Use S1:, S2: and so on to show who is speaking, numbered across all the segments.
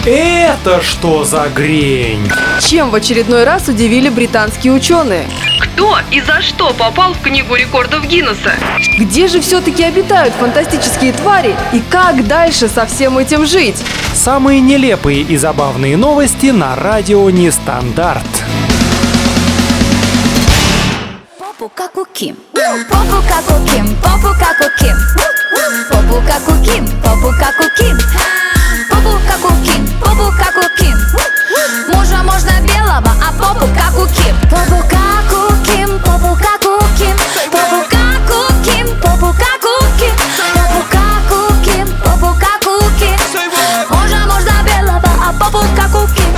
S1: Это что за грень?
S2: Чем в очередной раз удивили британские ученые?
S3: Кто и за что попал в Книгу рекордов Гиннесса?
S2: Где же все-таки обитают фантастические твари и как дальше со всем этим жить?
S1: Самые нелепые и забавные новости на радио Нестандарт.
S4: Попу как у Ким, попу как у Ким, попу как у Ким, попу как у Ким, попу как у Ким, попу как у Ким, попу как у Ким. Мужа можно белого, а попу как у Ким. Попу как у Ким, попу как у Ким, попу как у Ким, попу как у Ким, попу как у Ким, попу как у Ким. Мужа можно белого, а попу как у Ким.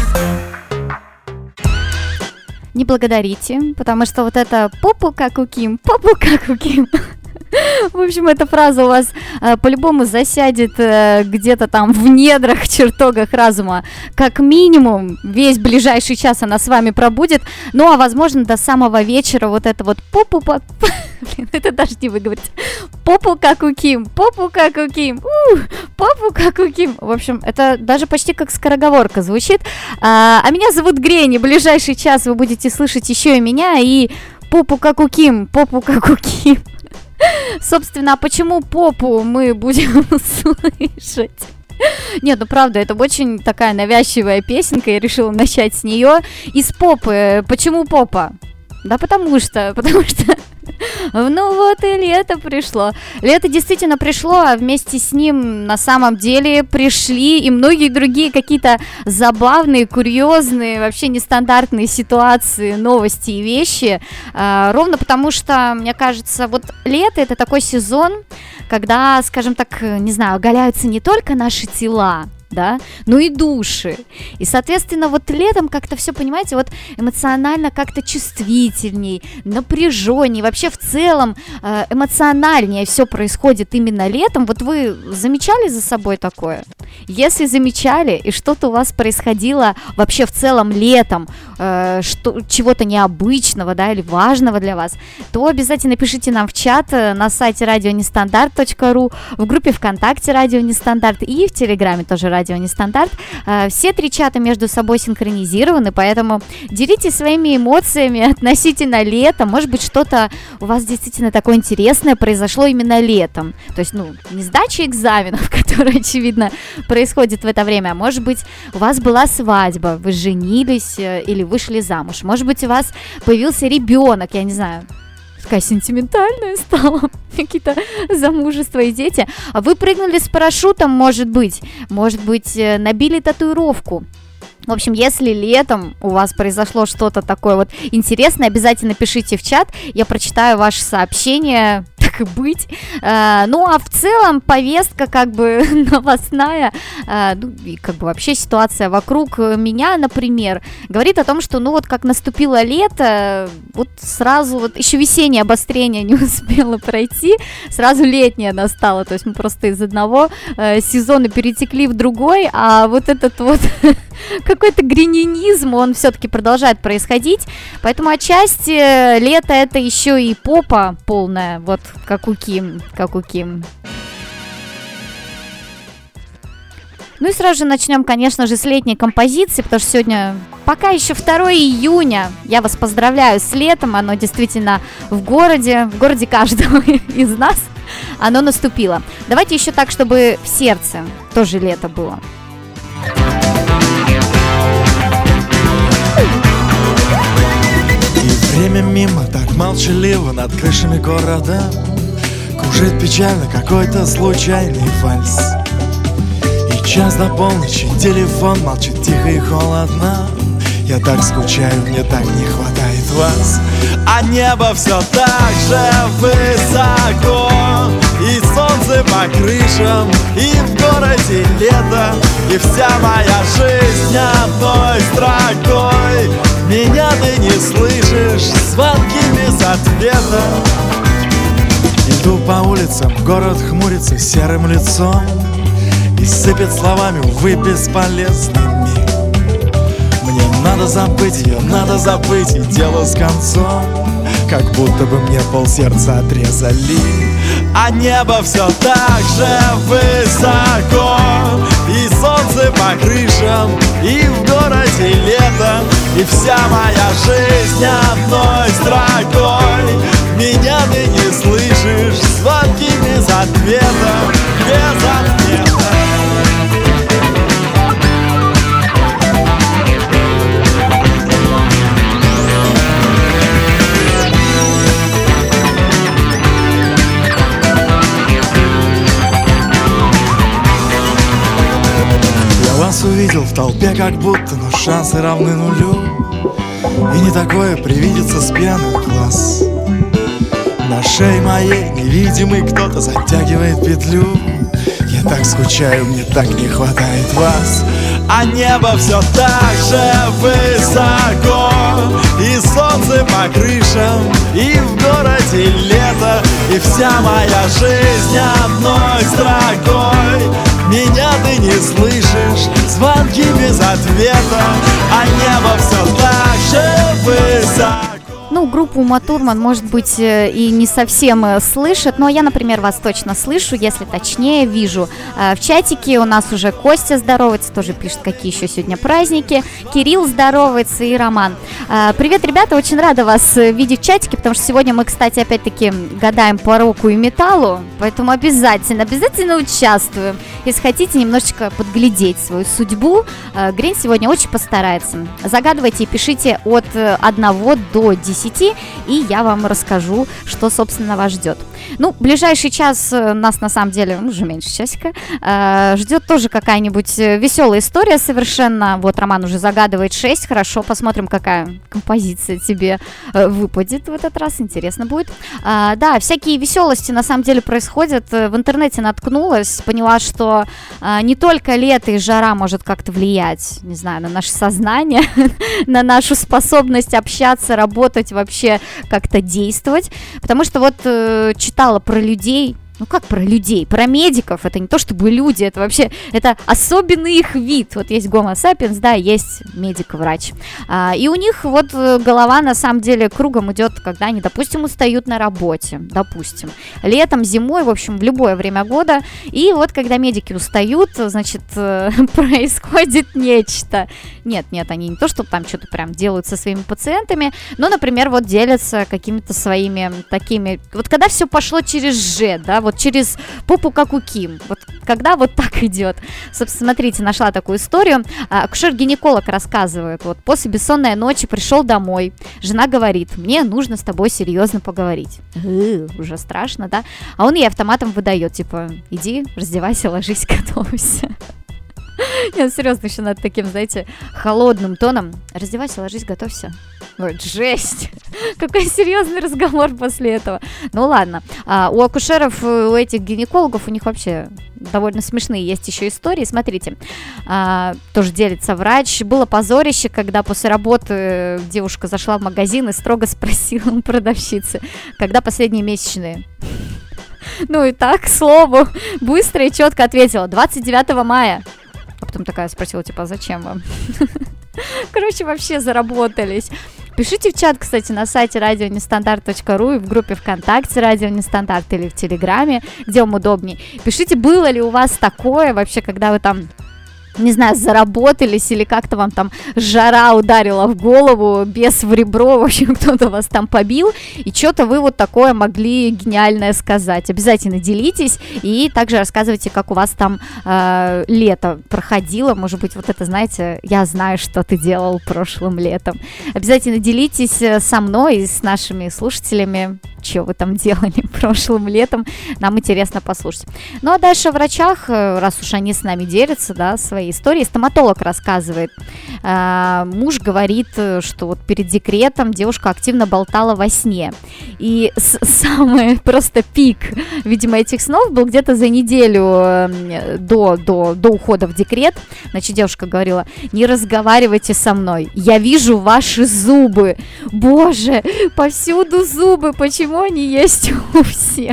S5: Не благодарите, потому что вот это попу как у Ким, попу как у Ким. В общем, эта фраза у вас по-любому засядет где-то там в недрах, чертогах разума. Как минимум, весь ближайший час она с вами пробудет. Ну, а возможно, до самого вечера вот это вот попу... Блин, это даже не выговорить. Попу как у Ким, попу как у Ким, попу как у Ким. В общем, это даже почти как скороговорка звучит. А меня зовут Грень, и ближайший час вы будете слышать еще и меня, и попу как у Ким, попу как у Ким. Собственно, а почему попу мы будем слышать? Нет, ну правда, это очень такая навязчивая песенка, я решила начать с нее. Из попы. Почему попа? Да потому что, ну вот и лето пришло. Лето действительно пришло, а вместе с ним на самом деле пришли и многие другие какие-то забавные, курьезные, вообще нестандартные ситуации, новости и вещи. Ровно потому что, мне кажется, вот лето — это такой сезон, когда, скажем так, не знаю, оголяются не только наши тела, да, ну и души. И, соответственно, вот летом как-то все, понимаете, вот эмоционально как-то чувствительней, напряженней, вообще в целом эмоциональнее все происходит именно летом. Вот вы замечали за собой такое? Если замечали, и что-то у вас происходило вообще в целом летом, чего-то необычного, да, или важного для вас, то обязательно пишите нам в чат на сайте radionestandarт.ru, в группе ВКонтакте Радио Нестандарт и в Телеграме тоже Радио Нестандарт. Все три чата между собой синхронизированы, поэтому делитесь своими эмоциями относительно лета. Может быть, что-то у вас действительно такое интересное произошло именно летом. То есть, ну, не сдача экзаменов, которая, очевидно, происходит в это время, а может быть, у вас была свадьба, вы женились или вышли замуж. Может быть, у вас появился ребенок, я не знаю, такая сентиментальная стала, какие-то замужества и дети. А вы прыгнули с парашютом, может быть, набили татуировку. В общем, если летом у вас произошло что-то такое вот интересное, обязательно пишите в чат, я прочитаю ваше сообщение, так и быть. Ну, а в целом повестка как бы новостная, ну, и как бы вообще ситуация вокруг меня, например, говорит о том, что, ну, вот как наступило лето, вот сразу, вот еще весеннее обострение не успело пройти, сразу летнее настало, то есть мы просто из одного сезона перетекли в другой, а вот этот вот какой-то грининизм, он все-таки продолжает происходить, поэтому отчасти лето это еще и попа полная, вот как у Ким. Ну и сразу же начнем, конечно же, с летней композиции, потому что сегодня пока еще 2 июня. Я вас поздравляю с летом, оно действительно в городе каждого из нас, оно наступило. Давайте еще так, чтобы в сердце тоже лето было.
S6: И время мимо так молчаливо над крышами города кружит печально какой-то случайный вальс. И час до полночи телефон молчит тихо и холодно. Я так скучаю, мне так не хватает вас. А небо все так же высоко, и солнце по крышам, и в городе лето, и вся моя жизнь одной строкой. Меня ты не слышишь, звонки без ответа. Иду по улицам, город хмурится серым лицом и сыпет словами, увы, бесполезными. Мне надо забыть ее, надо забыть, и дело с концом. Как будто бы мне полсердца отрезали. А небо все так же высоко, и солнце по крыше, и вся моя жизнь одной строкой. Меня ты не слышишь, звонки без ответа, без ответа. Вас увидел в толпе как будто, но шансы равны нулю. И не такое привидится с пьяных глаз. На шее моей невидимый кто-то затягивает петлю. Я так скучаю, мне так не хватает вас. А небо все так же высоко, и солнце по крышам, и в городе лето, и вся моя жизнь одной строкой. Меня ты не слышишь, звонки без ответа, а небо все так же высоко.
S5: Ну, группу Uma Thurman, может быть, и не совсем слышат, но я, например, вас точно слышу, если точнее вижу. В чатике у нас уже Костя здоровается, тоже пишет, какие еще сегодня праздники. Кирилл здоровается и Роман. Привет, ребята, очень рада вас видеть в чатике, потому что сегодня мы, кстати, опять-таки гадаем по року и металлу, поэтому обязательно участвуем. Если хотите немножечко подглядеть свою судьбу, Грин сегодня очень постарается. Загадывайте и пишите от 1 до 10, и я вам расскажу, что, собственно, вас ждет. Ну, ближайший час нас, на самом деле, уже меньше часика, ждет тоже какая-нибудь веселая история совершенно. Вот Роман уже загадывает 6, хорошо, посмотрим, какая композиция тебе выпадет в этот раз, интересно будет. Да, всякие веселости, на самом деле, происходят. В интернете наткнулась, поняла, что не только лето и жара может как-то влиять, не знаю, на наше сознание, на нашу способность общаться, работать, вообще как-то действовать, потому что вот читала про людей. Ну как про людей? Про медиков. Это не то чтобы люди, это вообще, это особенный их вид. Вот есть Homo sapiens, да, есть медик-врач. И у них вот голова на самом деле кругом идет, когда они, допустим, устают на работе. Допустим. Летом, зимой, в общем, в любое время года. И вот когда медики устают, значит, происходит нечто. Нет, они не то, что там что-то прям делают со своими пациентами, но, например, вот делятся какими-то своими такими... Вот когда все пошло через «Ж», да, вот через попу, как у Ким. Вот когда вот так идет. Собственно, смотрите, нашла такую историю. Акушер-гинеколог рассказывает. Вот после бессонной ночи пришел домой. Жена говорит: мне нужно с тобой серьезно поговорить. Уже страшно, да? А он ей автоматом выдает, типа, иди, раздевайся, ложись, готовься. Нет, серьезно, еще надо таким, знаете, холодным тоном. Раздевайся, ложись, готовься. Вот, жесть. Какой серьезный разговор после этого. Ну ладно. У акушеров, у этих гинекологов, у них вообще довольно смешные есть еще истории. Смотрите, тоже делится врач. Было позорище, когда после работы девушка зашла в магазин и строго спросила у продавщицы, когда последние месячные. Ну и так, к слову, быстро и четко ответила: 29 мая. А потом такая спросила, типа, зачем вам? Короче, вообще заработались. Пишите в чат, кстати, на сайте radionestandarт.ru и в группе ВКонтакте Радио Нестандарт или в Телеграме, где вам удобнее. Пишите, было ли у вас такое вообще, когда вы там, не знаю, заработались или как-то вам там жара ударила в голову, бес в ребро, в общем, кто-то вас там побил, и что-то вы вот такое могли гениальное сказать. Обязательно делитесь и также рассказывайте, как у вас там лето проходило. Может быть, вот это, знаете, я знаю, что ты делал прошлым летом. Обязательно делитесь со мной и с нашими слушателями, что вы там делали прошлым летом. Нам интересно послушать. Ну, а дальше о врачах, раз уж они с нами делятся, да, своей историей. Стоматолог рассказывает. Муж говорит, что вот перед декретом девушка активно болтала во сне. И самый просто пик, видимо, этих снов был где-то за неделю до ухода в декрет. Значит, девушка говорила: не разговаривайте со мной, я вижу ваши зубы. Боже, повсюду зубы, почему они есть у всех?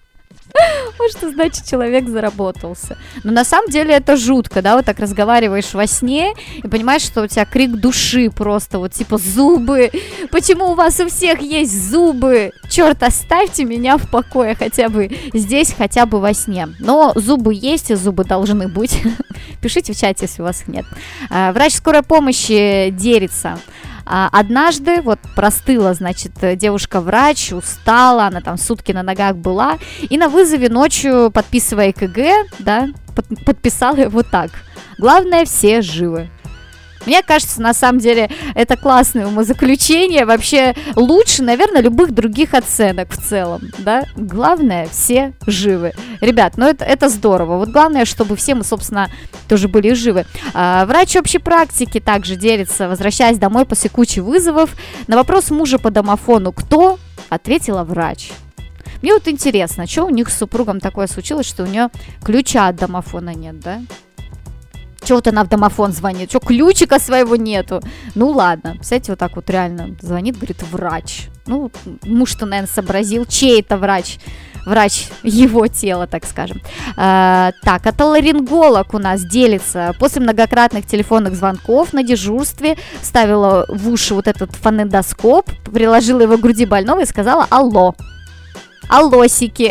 S5: Вот что значит, человек заработался. Но на самом деле это жутко, да, вот так разговариваешь во сне и понимаешь, что у тебя крик души просто, вот типа зубы. Почему у вас у всех есть зубы? Черт, оставьте меня в покое хотя бы здесь, хотя бы во сне. Но зубы есть и зубы должны быть. Пишите в чате, если у вас их нет. Врач скорой помощи делится. Однажды вот простыла, значит, девушка-врач, устала, она там сутки на ногах была, и на вызове ночью, подписывая ЭКГ, да, подписала его так: главное, все живы. Мне кажется, на самом деле, это классное умозаключение, вообще лучше, наверное, любых других оценок в целом, да, главное, все живы. Ребят, ну это здорово, вот главное, чтобы все мы, собственно, тоже были живы. Врач общей практики также делится, возвращаясь домой после кучи вызовов, на вопрос мужа по домофону «Кто?», ответила врач. Мне вот интересно, что у них с супругом такое случилось, что у нее ключа от домофона нет, да? Чего вот она в домофон звонит? Что, ключика своего нету? Ну ладно, представляете, вот так вот реально звонит, говорит, врач. Ну, муж-то, наверное, сообразил, чей это врач. Врач его тела, так скажем. Так, отоларинголог у нас делится. После многократных телефонных звонков на дежурстве ставила в уши вот этот фонендоскоп, приложила его к груди больного и сказала «Алло». Аллосики,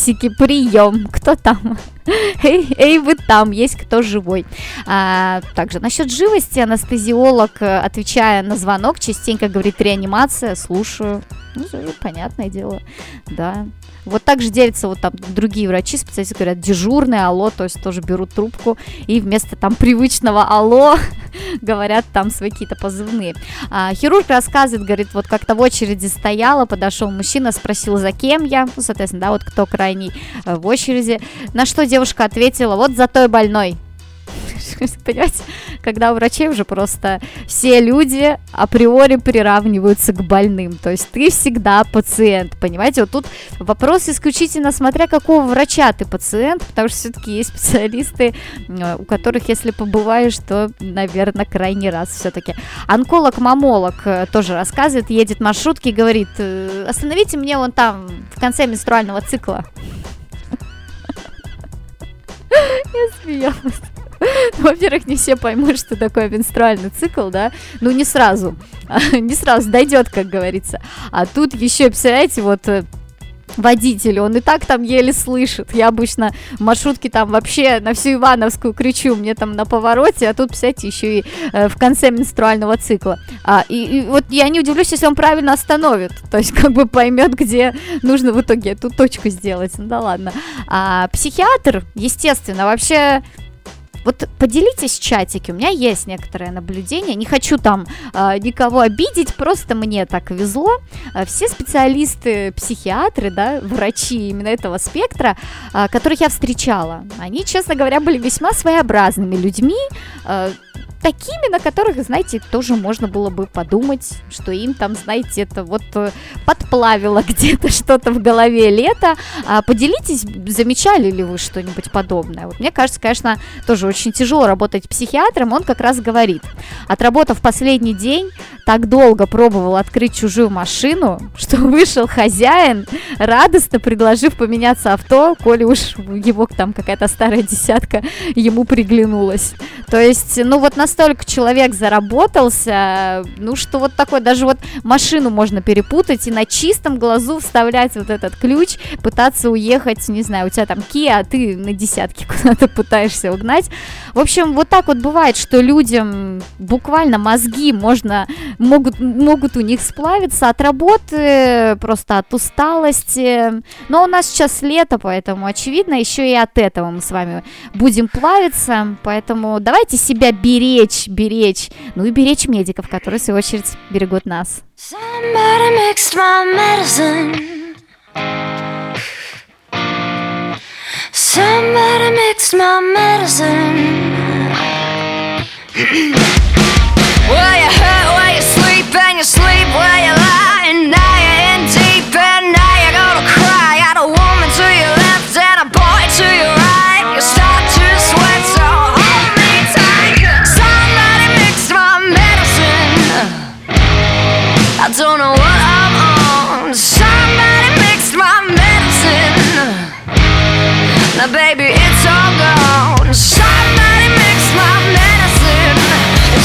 S5: прием, кто там? Эй, вы там, есть кто живой? Также насчет живости анестезиолог, отвечая на звонок, частенько говорит реанимация, слушаю. Ну, понятное дело, да. Вот так же делятся вот там другие врачи, специалисты говорят дежурный, алло, то есть тоже берут трубку и вместо там привычного алло говорят там свои какие-то позывные. Хирург рассказывает, говорит, вот как-то в очереди стояла, подошел мужчина, спросил, за кем я, ну, соответственно, да, вот кто крайний в очереди, на что девушка ответила, вот за той больной. Понимаете, когда у врачей уже просто все люди априори приравниваются к больным, то есть ты всегда пациент, понимаете, вот тут вопрос исключительно смотря какого врача ты пациент, потому что все-таки есть специалисты, у которых, если побываешь, то, наверное, крайний раз все-таки. Онколог-мамолог тоже рассказывает, едет в маршрутке и говорит, остановите мне вон там в конце менструального цикла. Я смеялась. Во-первых, не все поймут, что такое менструальный цикл, да, ну не сразу дойдет, как говорится. А тут еще, представляете, вот водитель, он и так там еле слышит. Я обычно в маршрутке там вообще на всю Ивановскую кричу, мне там на повороте, а тут, представляете, еще и в конце менструального цикла. И вот я не удивлюсь, если он правильно остановит, то есть как бы поймет, где нужно в итоге эту точку сделать. Ну да ладно. Психиатр, естественно, вообще... Вот поделитесь в чатике, у меня есть некоторые наблюдения, не хочу там никого обидеть, просто мне так везло. Все специалисты, психиатры, да, врачи именно этого спектра, которых я встречала, они, честно говоря, были весьма своеобразными людьми, такими, на которых, знаете, тоже можно было бы подумать, что им там, знаете, это вот подплавило где-то что-то в голове лето. Поделитесь, замечали ли вы что-нибудь подобное? Вот мне кажется, конечно, тоже очень тяжело работать психиатром. Он как раз говорит, отработав последний день, так долго пробовал открыть чужую машину, что вышел хозяин, радостно предложив поменяться авто, коли уж его там какая-то старая десятка ему приглянулась. То есть, ну вот настолько человек заработался, ну что вот такой, даже вот машину можно перепутать и на чистом глазу вставлять вот этот ключ, пытаться уехать, не знаю, у тебя там Kia, а ты на десятке куда-то пытаешься угнать. В общем, вот так вот бывает, что людям буквально мозги могут у них сплавиться от работы, просто от усталости. Но у нас сейчас лето, поэтому, очевидно, еще и от этого мы с вами будем плавиться. Поэтому давайте себя беречь, ну и беречь медиков, которые, в свою очередь, берегут нас. Somebody mixed my medicine. Somebody mixed my medicine. Well, you hurt while you sleep, and you sleep while you lie, and now you're in deep, and now you're gonna cry. Got a woman to your left and a boy to your right. You start to sweat, so hold me tight. Somebody mixed my medicine. I don't know what I'm on. Somebody mixed my medicine. Now baby, it's all gone. Somebody mixed my medicine.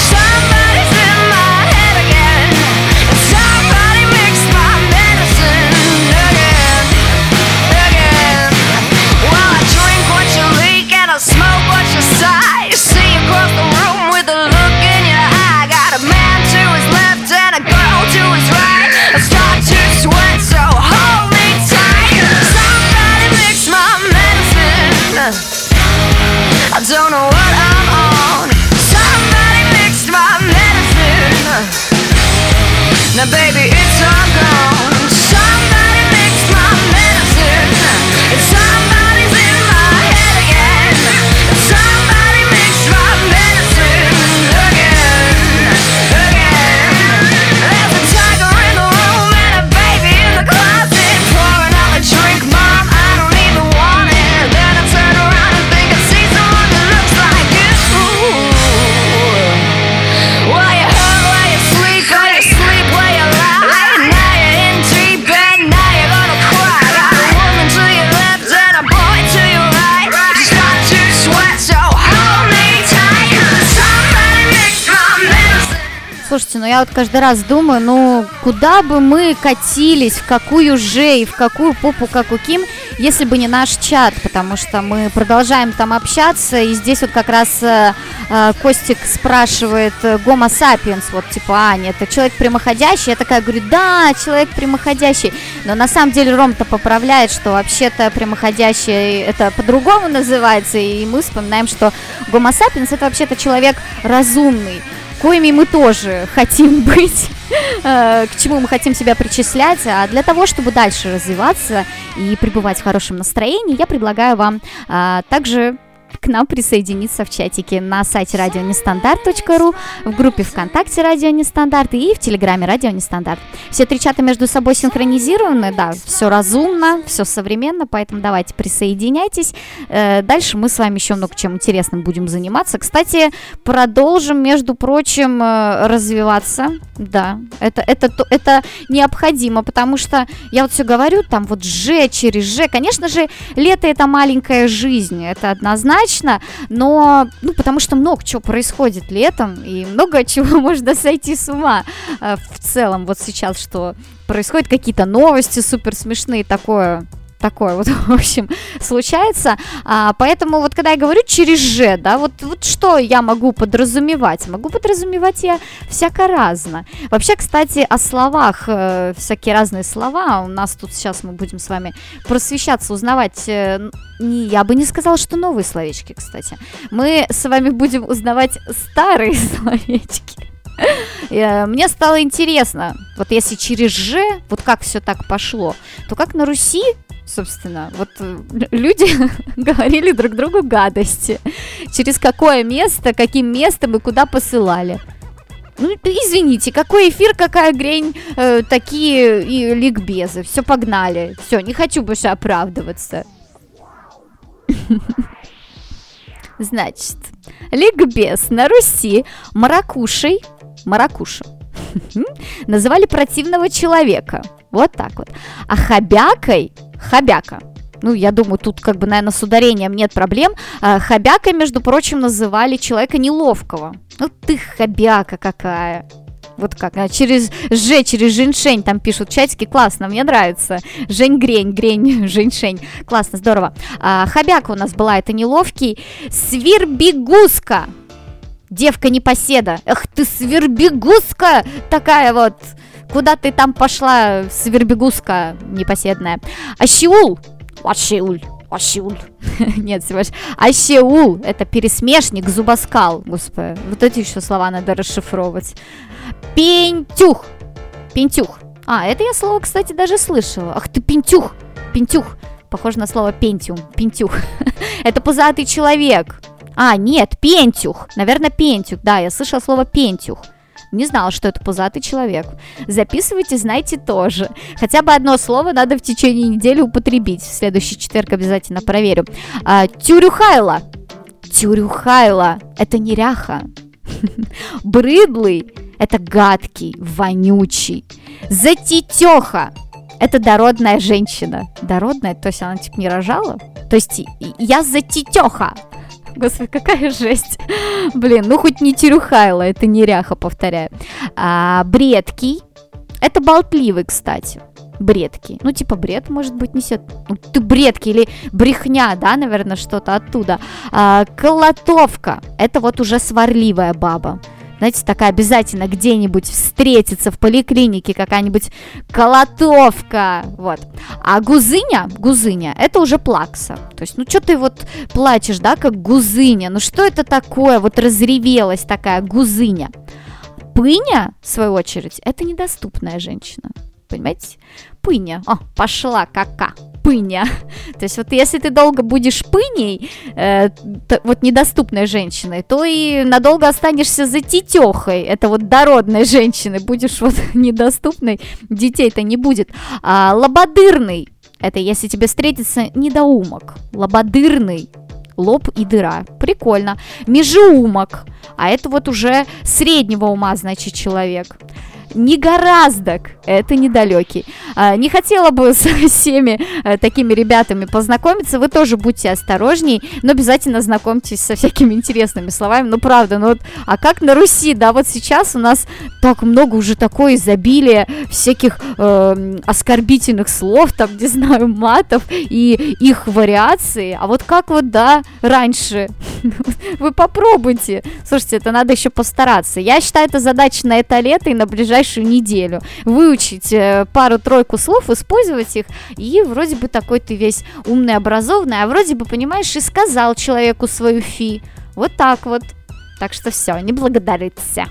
S4: I don't know what I'm on. Somebody mixed my medicine. Now baby, it's all gone. Somebody mixed my medicine. And somebody's in my head again. Somebody mixed my medicine again. There's a tiger in the room and a baby in the closet, pouring out the drink, Mom, I don't even want it. Then I turn around and think I see someone that looks like you. While you hurt, while you sleep, while you sleep, while you lie. Now you're in deep and now you're gonna cry. Got a woman to your left and a boy to your right. Just not to sweat, so hold me tight. Somebody mix my medicine.
S5: Слушайте, ну я вот каждый раз думаю, ну куда бы мы катились, в какую же и в какую попу, как у Ким, если бы не наш чат, потому что мы продолжаем там общаться, и здесь вот как раз Костик спрашивает Homo sapiens, вот типа, Аня, это человек прямоходящий? Я такая говорю, да, человек прямоходящий, но на самом деле Ром-то поправляет, что вообще-то прямоходящий это по-другому называется, и мы вспоминаем, что Homo sapiens это вообще-то человек разумный, коими мы тоже хотим быть, к чему мы хотим себя причислять, а для того, чтобы дальше развиваться и пребывать в хорошем настроении, я предлагаю вам также к нам присоединиться в чатике на сайте radionestandarт.ru, в группе ВКонтакте Радио Нестандарт и в Телеграме Радио Нестандарт. Все три чата между собой синхронизированы, да, все разумно, все современно, поэтому давайте присоединяйтесь. Дальше мы с вами еще много чем интересным будем заниматься. Кстати, продолжим, между прочим, развиваться. Да, это необходимо, потому что я вот все говорю, там вот Ж через Ж. Конечно же, лето это маленькая жизнь, это однозначно. Но, потому что много чего происходит летом, и много чего можно сойти с ума в целом. Вот сейчас что происходит, какие-то новости супер смешные, такое вот, в общем, случается. Поэтому вот когда я говорю через Ж, да, вот что я могу подразумевать? Могу подразумевать я всяко-разно. Вообще, кстати, о словах, всякие разные слова. У нас тут сейчас мы будем с вами просвещаться, узнавать. Я бы не сказала, что новые словечки, кстати. Мы с вами будем узнавать старые словечки. Мне стало интересно, вот если через Ж, вот как все так пошло, то как на Руси, собственно, вот люди говорили друг другу гадости. Через какое место, каким местом и куда посылали. Ну, извините, какой эфир, какая грень, такие и ликбезы. Все, погнали. Все, не хочу больше оправдываться. Значит, ликбез на Руси маракуша называли противного человека. Вот так вот. А хобяка, ну, я думаю, тут как бы, наверное, с ударением нет проблем. Хобякой, между прочим, называли человека неловкого. Ну, ты хобяка какая. Вот как, через Ж, через Женьшень там пишут в чатике, классно, мне нравится. Грень, Женьшень, классно, здорово. Хобяка у нас была, это неловкий. Свербегуска, девка непоседа. Эх ты, свербегуска такая вот. Куда ты там пошла, свербегуска непоседная? Ашиул. Нет, всего лишь. Ашиул, это пересмешник, зубоскал. Господи, вот эти еще слова надо расшифровывать. Пентюх. Это я слово, кстати, даже слышала. Ах ты, пентюх. Похоже на слово пентиум. Пентюх. Это пузатый человек. Нет, пентюх. Наверное, пентюх. Да, я слышала слово пентюх. Не знала, что это пузатый человек. Записывайте, знайте тоже. Хотя бы одно слово надо в течение недели употребить. В следующий четверг обязательно проверю. Тюрюхайло. Это неряха. Брыдлый. Это гадкий, вонючий. Затетеха. Это дородная женщина. Дородная, то есть она типа не рожала? То есть я затетеха. Господи, какая жесть. Блин, ну хоть не Тюрюхайло, это неряха, повторяю. Бредкий. Это болтливый, кстати. Бредкий. Ну, типа бред, может быть, несет. Ну, ты бредкий или брехня, да, наверное, что-то оттуда. Колотовка. Это вот уже сварливая баба. знаете, такая обязательно где-нибудь встретится в поликлинике, какая-нибудь колотовка, вот. А гузыня, это уже плакса. То есть, ну что ты вот плачешь, да, как гузыня, ну что это такое, вот разревелась такая гузыня. Пыня, в свою очередь, это недоступная женщина, понимаете? Пыня, пошла кака. Пыня. То есть вот если ты долго будешь пыней, вот недоступной женщиной, то и надолго останешься за тетехой. Это вот дородной женщиной. Будешь вот недоступной, детей-то не будет. А лободырный, это если тебе встретится недоумок. Лободырный. Лоб и дыра. Прикольно. Межеумок. А это вот уже среднего ума, значит, человек. Негораздок, это недалекий. Не хотела бы со всеми такими ребятами познакомиться, вы тоже будьте осторожней, но обязательно знакомьтесь со всякими интересными словами, ну правда, ну вот, а как на Руси, да, вот сейчас у нас так много уже такое изобилие всяких оскорбительных слов, там, не знаю, матов и их вариаций, а вот как вот, да, раньше, вы попробуйте, слушайте, это надо еще постараться, я считаю, это задача на это лето и на ближайшую неделю, выучить пару-тройку слов, использовать их, и вроде бы такой ты весь умный, образованный, а вроде бы, понимаешь, и сказал человеку свою фи, вот так вот, так что все, не благодарите.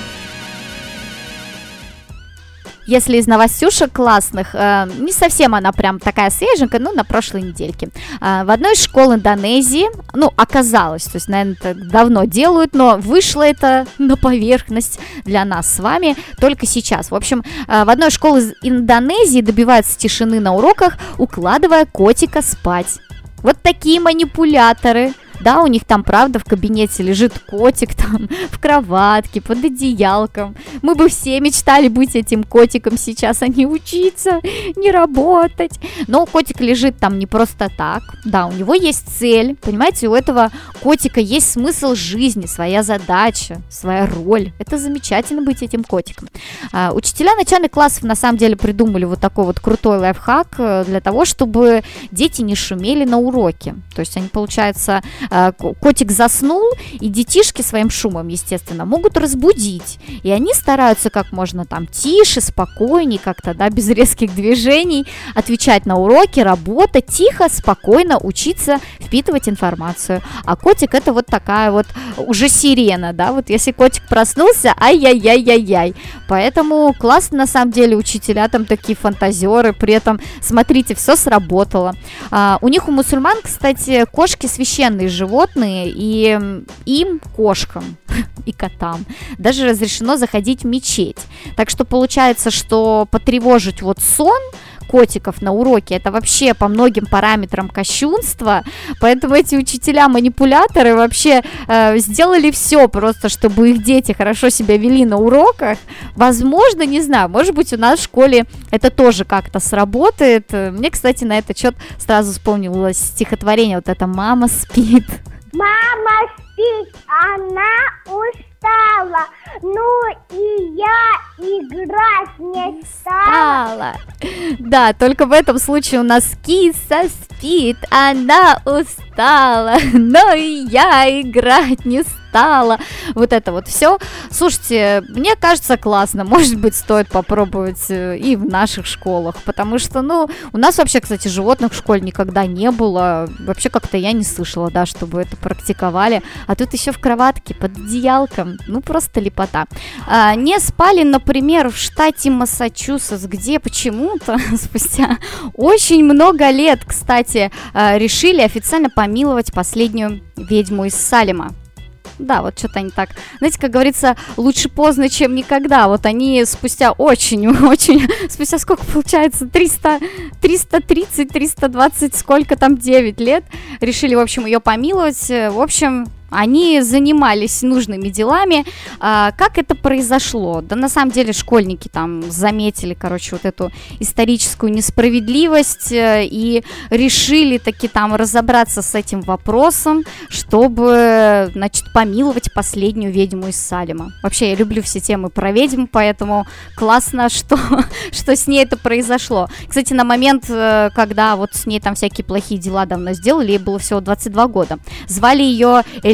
S5: Если из новостюшек классных, не совсем она прям такая свеженькая, но на прошлой недельке. В одной из школ Индонезии, ну, оказалось, то есть, наверное, это давно делают, но вышло это на поверхность для нас с вами только сейчас. В общем, в одной из школ из Индонезии добиваются тишины на уроках, укладывая котика спать. Вот такие манипуляторы. Да, у них там, правда, в кабинете лежит котик, там, в кроватке, под одеялком. Мы бы все мечтали быть этим котиком сейчас, а не учиться, не работать. Но котик лежит там не просто так. Да, у него есть цель, понимаете, у этого котика есть смысл жизни, своя задача, своя роль. Это замечательно быть этим котиком. Учителя начальных классов на самом деле придумали вот такой вот крутой лайфхак для того, чтобы дети не шумели на уроке. То есть они, получается, котик заснул, и детишки своим шумом, естественно, могут разбудить. И они стараются как можно там тише, спокойнее, как-то, да, без резких движений отвечать на уроки, работать, тихо, спокойно учиться впитывать информацию. А котик это вот такая вот уже сирена, да, вот если котик проснулся, ай-яй-яй-яй-яй. Поэтому классно, на самом деле, учителя там такие фантазеры, при этом, смотрите, все сработало. У них, у мусульман, кстати, кошки священные животные, и им, кошкам и котам, даже разрешено заходить в мечеть. Так что получается, что потревожить вот сон котиков на уроке, это вообще по многим параметрам кощунство, поэтому эти учителя-манипуляторы вообще сделали все просто, чтобы их дети хорошо себя вели на уроках. Возможно, не знаю, может быть, у нас в школе это тоже как-то сработает. Мне, кстати, на этот счет сразу вспомнилось стихотворение, вот это «Мама спит».
S7: Мама спит, она устала, ну и я играть не стала.
S5: Да, только в этом случае у нас киса спит, она устала, но и я играть не стала. Вот это вот все. Слушайте, мне кажется, классно. Может быть, стоит попробовать и в наших школах, потому что, ну, у нас вообще, кстати, животных в школе никогда не было. Вообще как-то я не слышала, да, чтобы это практиковали. А тут еще в кроватке под одеялком. Ну, просто лепота. Не спали, например, в штате Массачусетс, где почему-то спустя очень много лет, кстати, решили официально помиловать последнюю ведьму из Салема. Да, вот что-то они так, знаете, как говорится, лучше поздно, чем никогда. Вот они спустя очень, спустя сколько получается, 330, 320, сколько там, 9 лет, решили, в общем, ее помиловать. В общем, они занимались нужными делами. Как это произошло? Да на самом деле школьники там заметили, короче, вот эту историческую несправедливость и решили таки там разобраться с этим вопросом, чтобы, значит, помиловать последнюю ведьму из Салема. Вообще, я люблю все темы про ведьм, поэтому классно, что с ней это произошло. Кстати, на момент, когда вот с ней там всякие плохие дела давно сделали, ей было всего 22 года. Звали ее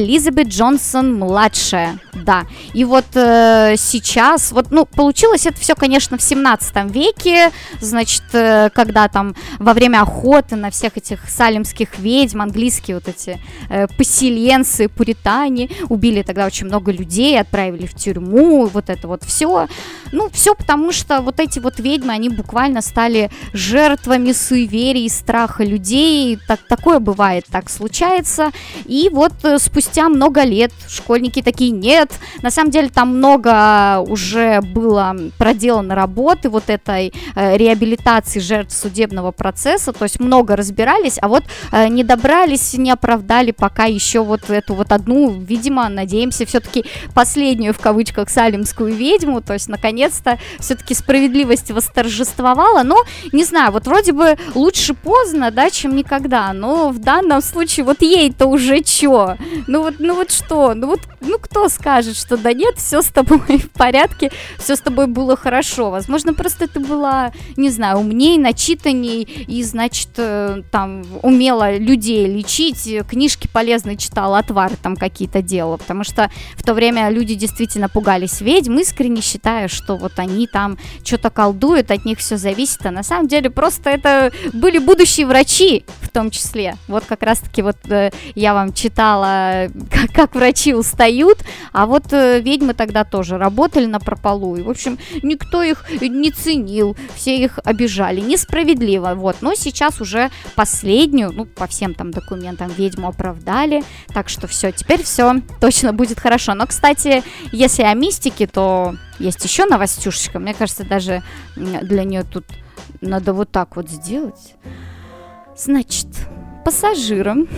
S5: Элизабет Джонсон-младшая, да. И вот сейчас, вот, ну, получилось это все, конечно, в 17 веке, значит, когда там во время охоты на всех этих салемских ведьм, английские вот эти поселенцы, пуритане, убили тогда очень много людей, отправили в тюрьму, вот это вот все. Ну, все потому, что вот эти вот ведьмы, они буквально стали жертвами суеверий и страха людей, такое бывает, так случается. И вот спустя много лет школьники такие: нет, на самом деле там много уже было проделано работы вот этой реабилитации жертв судебного процесса, то есть много разбирались, а вот не добрались, не оправдали пока еще вот эту вот одну, видимо, надеемся, все-таки последнюю в кавычках салемскую ведьму, то есть наконец-то все-таки справедливость восторжествовала. Но не знаю, вот вроде бы лучше поздно, да, чем никогда, но в данном случае вот ей-то уже чё? Ну вот что? Ну кто скажет, что да нет, все с тобой в порядке, все с тобой было хорошо? Возможно, просто ты была, не знаю, умней, начитанней и, значит, там умела людей лечить, книжки полезные читала, отвары там какие-то делала, потому что в то время люди действительно пугались ведьм, искренне считая, что вот они там что-то колдуют, от них все зависит, а на самом деле просто это были будущие врачи в том числе. Вот как раз-таки вот я вам читала, как врачи устают, а вот ведьмы тогда тоже работали напропалу, и, в общем, никто их не ценил, все их обижали, несправедливо, вот, но сейчас уже последнюю, ну, по всем там документам ведьму оправдали, так что все, теперь все точно будет хорошо. Но, кстати, если о мистике, то есть еще новостюшечка, мне кажется, даже для нее тут надо вот так вот сделать. Значит, пассажирам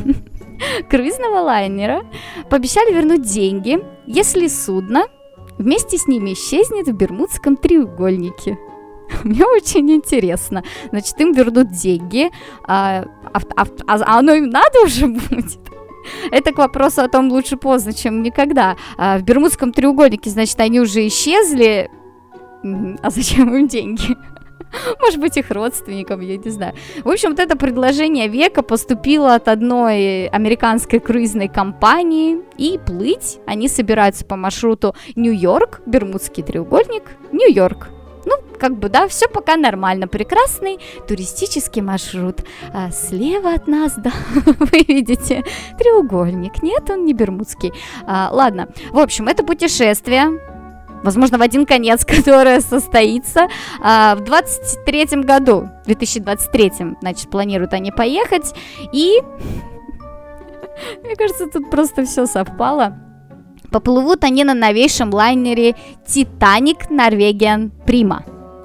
S5: круизного лайнера пообещали вернуть деньги, если судно вместе с ними исчезнет в Бермудском треугольнике. Мне очень интересно. Значит, им вернут деньги, а оно им надо уже будет? Это к вопросу о том, лучше поздно, чем никогда. В Бермудском треугольнике, значит, они уже исчезли. А зачем им деньги? Может быть, их родственникам, я не знаю. В общем, вот это предложение века поступило от одной американской круизной компании, и плыть они собираются по маршруту Нью-Йорк, Бермудский треугольник, Нью-Йорк. Ну, как бы, да, все пока нормально. Прекрасный туристический маршрут. А слева от нас, да, вы видите треугольник. Нет, он не бермудский. Ладно, в общем, это путешествие, возможно, в один конец, которое состоится в 2023 году. В 2023, значит, планируют они поехать. И, мне кажется, тут просто все совпало. Поплывут они на новейшем лайнере Titanic Norwegian Prima.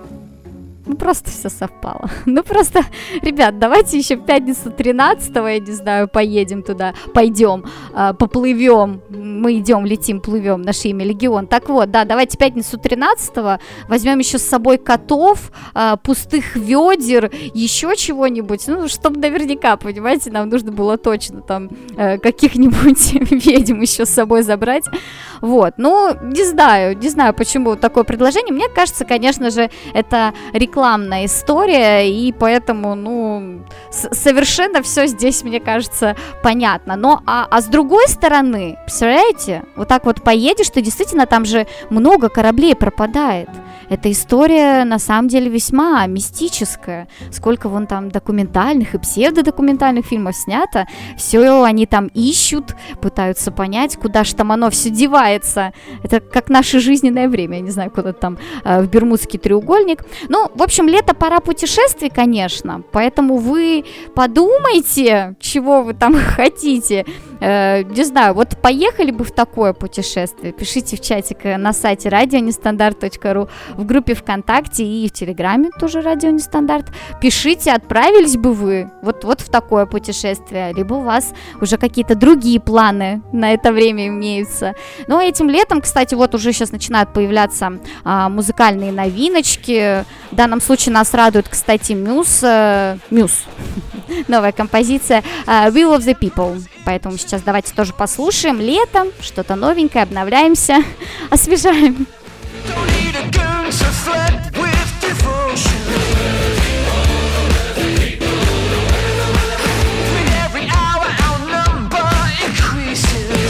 S5: Ну, просто все совпало. Ну, просто, ребят, давайте еще в пятницу 13-го, я не знаю, поедем туда, пойдем, поплывем. Мы идем, летим, плывем, наше имя Легион. Так вот, да, давайте пятницу 13-го возьмем еще с собой котов, пустых ведер, еще чего-нибудь. Ну, чтобы наверняка, понимаете, нам нужно было точно там каких-нибудь ведьм еще с собой забрать. Вот, ну, не знаю, почему такое предложение. Мне кажется, конечно же, это рекламная история, и поэтому, ну, совершенно все здесь, мне кажется, понятно. Но, а с другой стороны, представляете, вот так вот поедешь, ты действительно, там же много кораблей пропадает. Эта история, на самом деле, весьма мистическая. Сколько вон там документальных и псевдодокументальных фильмов снято. Все они там ищут, пытаются понять, куда же там оно все девается. Это как наше жизненное время. Я не знаю, куда там в Бермудский треугольник. Ну, в общем, лето, пора путешествий, конечно. Поэтому вы подумайте, чего вы там хотите. Не знаю, вот поехали бы в такое путешествие. Пишите в чатик на сайте radionestandarт.ru, в группе ВКонтакте и в Телеграме тоже Радио Нестандарт. Пишите, отправились бы вы вот в такое путешествие, либо у вас уже какие-то другие планы на это время имеются. Но этим летом, кстати, вот уже сейчас начинают появляться музыкальные новиночки. В данном случае нас радует, кстати, Muse, новая композиция Will of the People. Поэтому сейчас давайте тоже послушаем. Лето, что-то новенькое, обновляемся, освежаем.
S8: Every hour our number increases.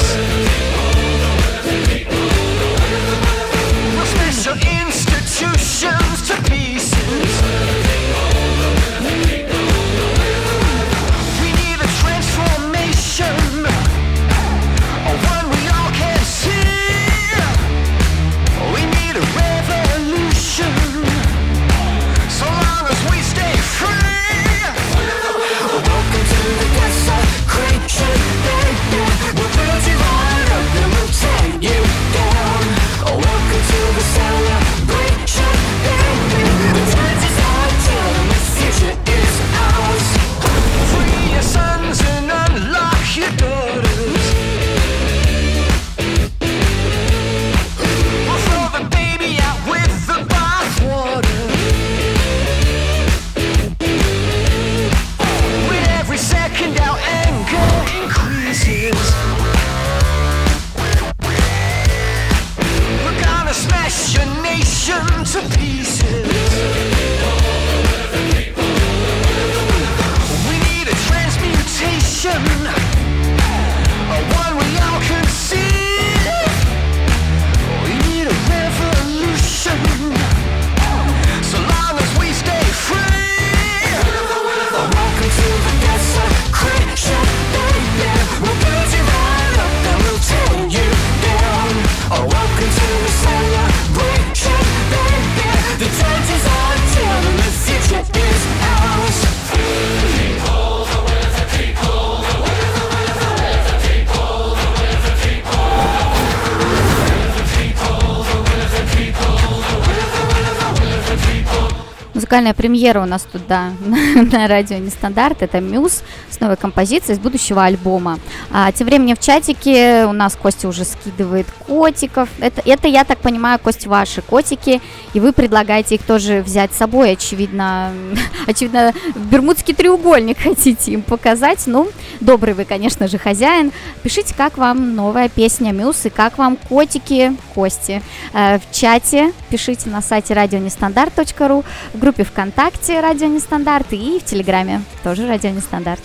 S5: музыкальная премьера у нас тут, да, на радио Нестандарт. Это Мюс с новой композицией из будущего альбома. Тем временем в чатике у нас Костя уже скидывает котиков. Это, я так понимаю, Костя, ваши котики, и вы предлагаете их тоже взять с собой. Очевидно, Бермудский треугольник хотите им показать. Ну, добрый вы, конечно же, хозяин. Пишите, как вам новая песня Мюс и как вам котики Кости. В чате пишите на сайте radionestandarт.ru, в группе ВКонтакте Радио Нестандарт и в Телеграме тоже Радио Нестандарт.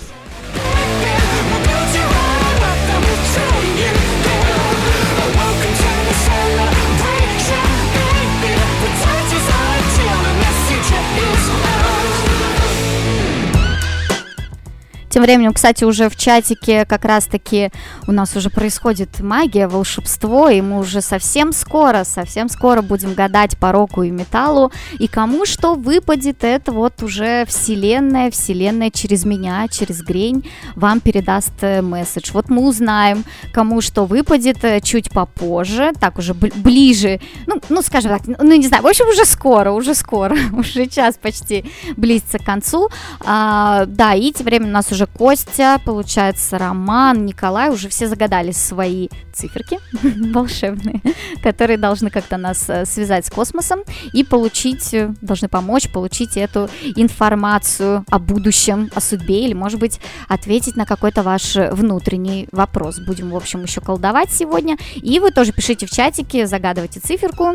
S5: Тем временем, кстати, уже в чатике как раз-таки у нас уже происходит магия, волшебство, и мы уже совсем скоро будем гадать по року и металлу, и кому что выпадет, это вот уже вселенная через меня, через Грень вам передаст месседж. Вот мы узнаем, кому что выпадет чуть попозже, так уже ближе, ну скажем так, не знаю, в общем, уже скоро, уже час почти близится к концу, да, и тем временем у нас уже Костя, получается, Роман, Николай, уже все загадали свои циферки волшебные, которые должны как-то нас связать с космосом и должны помочь получить эту информацию о будущем, о судьбе, или, может быть, ответить на какой-то ваш внутренний вопрос. Будем, в общем, еще колдовать сегодня. И вы тоже пишите в чатике, загадывайте циферку,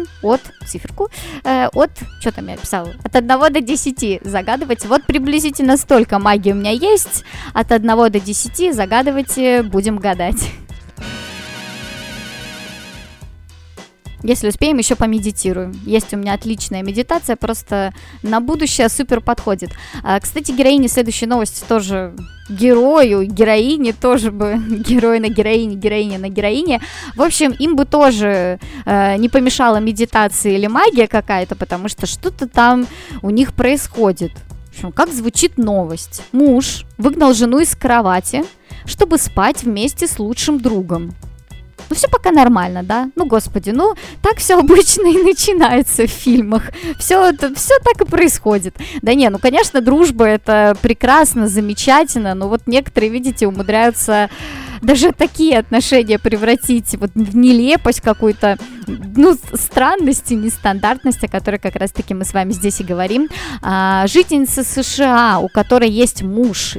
S5: что там я писала, от 1 до 10 загадывайте. Вот приблизительно столько магии у меня есть. От 1 до 10 загадывайте, будем гадать. Если успеем, еще помедитируем. Есть у меня отличная медитация, просто на будущее супер подходит. Кстати, героине следующей новости тоже героине тоже бы, герой на героине, героиня на героине. В общем, им бы тоже не помешала медитация или магия какая-то, потому что что-то там у них происходит. В общем, как звучит новость? Муж выгнал жену из кровати, чтобы спать вместе с лучшим другом. Ну, все пока нормально, да? Ну, господи, так все обычно и начинается в фильмах. Все так и происходит. Да не, конечно, дружба — это прекрасно, замечательно, но вот некоторые, видите, умудряются даже такие отношения превратить вот в нелепость какую-то, странность и нестандартность, о которой как раз-таки мы с вами здесь и говорим. Жительница США, у которой есть муж,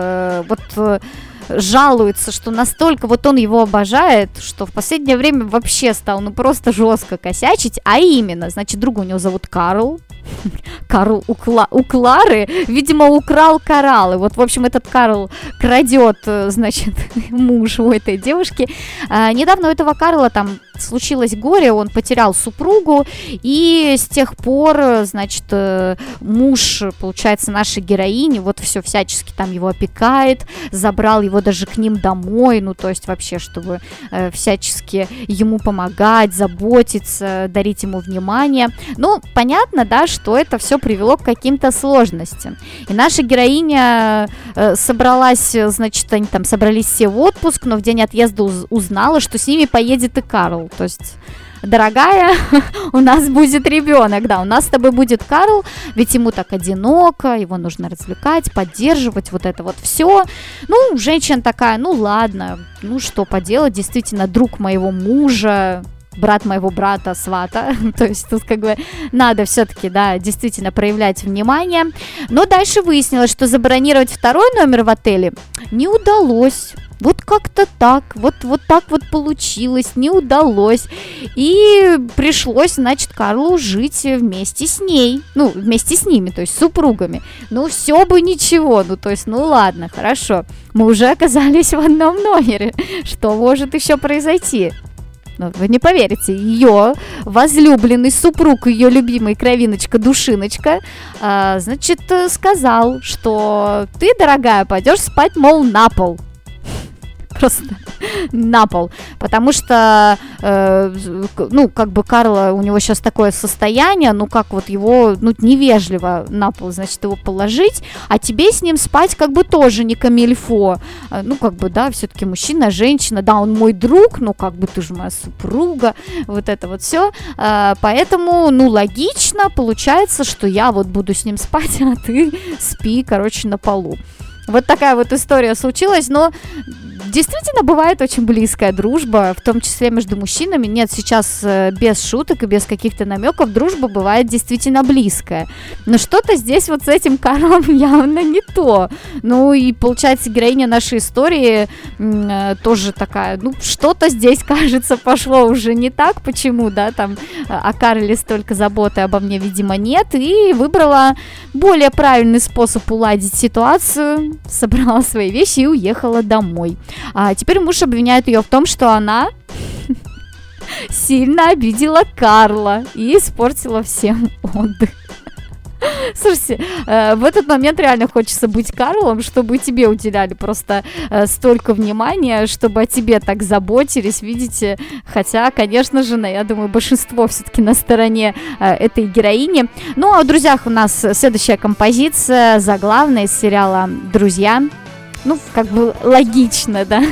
S5: жалуется, что настолько вот он его обожает, что в последнее время вообще стал просто жестко косячить, а именно, значит, друга у него зовут Карл. Карл у Клары, видимо, украл кораллы. Вот, в общем, этот Карл крадет, значит, муж у этой девушки. Недавно у этого Карла там случилось горе, он потерял супругу, и с тех пор, значит, муж, получается, нашей героини, вот все всячески там его опекает, забрал его даже к ним домой, то есть вообще, чтобы всячески ему помогать, заботиться, дарить ему внимание. Понятно, да, что это все привело к каким-то сложностям. И наша героиня собралась, значит, они там собрались все в отпуск, но в день отъезда узнала, что с ними поедет и Карл. То есть, дорогая, у нас будет ребенок, да, у нас с тобой будет Карл, ведь ему так одиноко, его нужно развлекать, поддерживать, вот это вот все. Женщина такая, ладно, что поделать, действительно, друг моего мужа, брат моего брата, свата, то есть тут как бы надо все-таки, да, действительно проявлять внимание. Но дальше выяснилось, что забронировать второй номер в отеле не удалось. Вот как-то так, вот так вот получилось, не удалось. И пришлось, значит, Карлу жить вместе с ней, вместе с ними, то есть с супругами. Все бы ничего, то есть, ладно, хорошо. Мы уже оказались в одном номере. Что может еще произойти? Вы не поверите, ее возлюбленный супруг, ее любимый кровиночка, душиночка, значит, сказал, что ты, дорогая, пойдешь спать, мол, на пол. Просто на пол. потому что, как бы Карла, у него сейчас такое состояние, как вот его, невежливо на пол, значит, его положить, а тебе с ним спать как бы тоже не камильфо, все-таки мужчина, женщина, да, он мой друг, ты же моя супруга, вот это вот все, поэтому, логично получается, что я вот буду с ним спать, а ты спи, на полу. Вот такая вот история случилась, но действительно бывает очень близкая дружба, в том числе между мужчинами. Нет, сейчас без шуток и без каких-то намеков дружба бывает действительно близкая. Но что-то здесь вот с этим Карлом явно не то. И получается, героиня нашей истории тоже такая, что-то здесь, кажется, пошло уже не так. Почему, да, там о Карле столько заботы обо мне, видимо, нет. И выбрала более правильный способ уладить ситуацию, собрала свои вещи и уехала домой. А теперь муж обвиняет ее в том, что она сильно обидела Карла и испортила всем отдых. Слушайте, в этот момент реально хочется быть Карлом, чтобы тебе уделяли просто столько внимания, чтобы о тебе так заботились, видите? Хотя, конечно же, я думаю, большинство все-таки на стороне этой героини. Ну, а в «Друзьях» у нас следующая композиция, заглавная из сериала «Друзья». Как бы логично, да?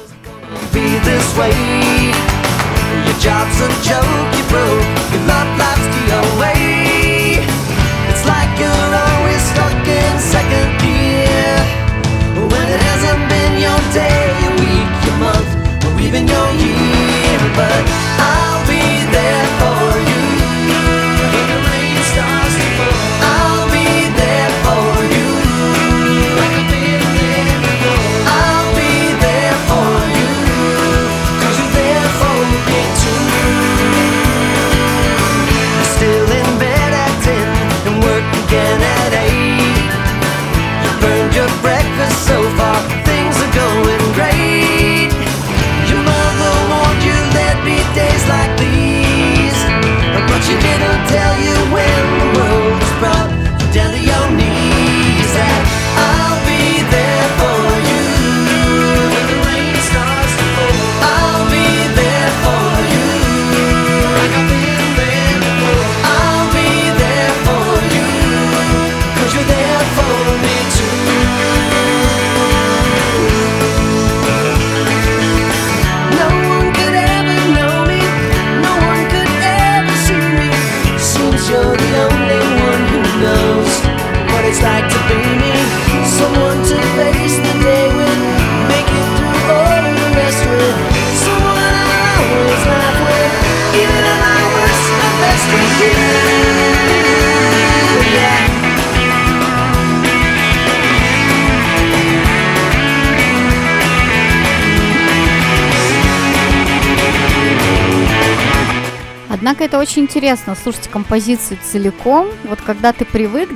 S5: Однако это очень интересно, слушать композицию целиком, вот когда ты привык,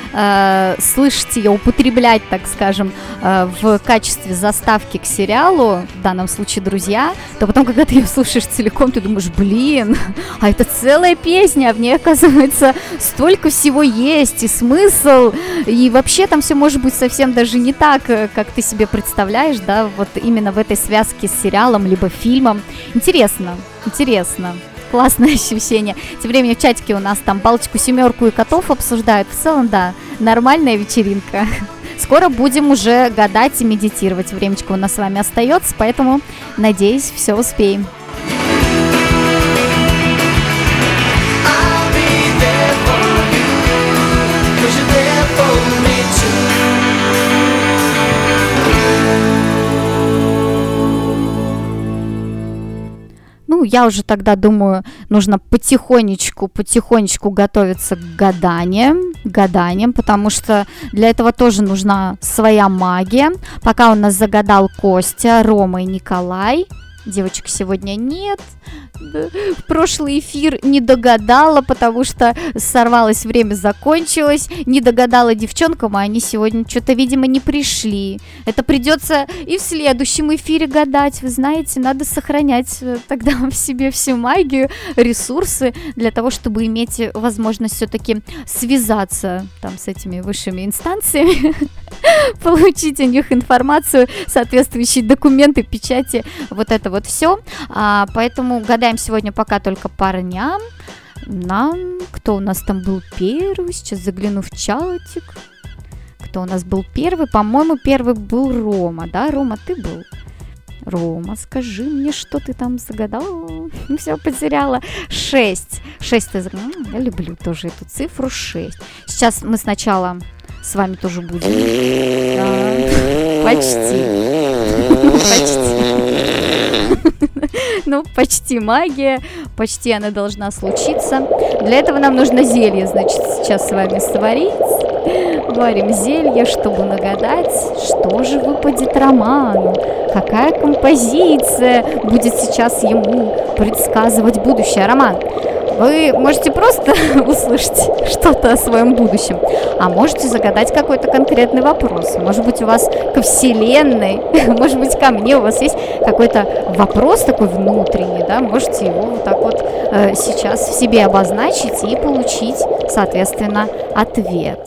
S5: да, слышать ее, употреблять, так скажем, в качестве заставки к сериалу, в данном случае «Друзья», то потом, когда ты ее слушаешь целиком, ты думаешь, а это целая песня, а в ней, оказывается, столько всего есть, и смысл, и вообще там все может быть совсем даже не так, как ты себе представляешь, да, вот именно в этой связке с сериалом, либо фильмом. Интересно. Классное ощущение. Тем временем в чатике у нас там Балтику, Семерку и котов обсуждают. В целом, да, нормальная вечеринка. Скоро будем уже гадать и медитировать. Времечко у нас с вами остается, поэтому, надеюсь, все успеем. Я уже тогда думаю, нужно потихонечку готовиться к гаданиям, потому что для этого тоже нужна своя магия. Пока у нас загадал Костя, Рома и Николай. Девочек сегодня нет. В прошлый эфир не догадала, потому что сорвалось, время закончилось. Не догадала девчонкам, а они сегодня что-то, видимо, не пришли. Это придется и в следующем эфире гадать. Вы знаете, надо сохранять тогда в себе всю магию, ресурсы для того, чтобы иметь возможность все-таки связаться там с этими высшими инстанциями. получить у них информацию, соответствующие документы, печати, вот это вот все. Поэтому гадаем сегодня пока только парням. Кто у нас там был первый? Сейчас загляну в чатик. Кто у нас был первый? По-моему, первый был Рома, да? Рома, ты был? Рома, скажи мне, что ты там загадал? Все, потеряла. 6 ты загадал. Я люблю тоже эту цифру 6. Сейчас мы сначала с вами тоже будем. Почти. Ну, почти магия, почти она должна случиться. Для этого нам нужно зелье, значит, сейчас с вами сварить. Варим зелье, чтобы нагадать, что же выпадет Роману, какая композиция будет сейчас ему предсказывать будущее. Роман, вы можете просто услышать что-то о своем будущем, а можете загадать какой-то конкретный вопрос. Может быть, у вас ко Вселенной, может быть, ко мне у вас есть какой-то вопрос такой внутренний, да, можете его вот так вот сейчас в себе обозначить и получить, соответственно, ответ.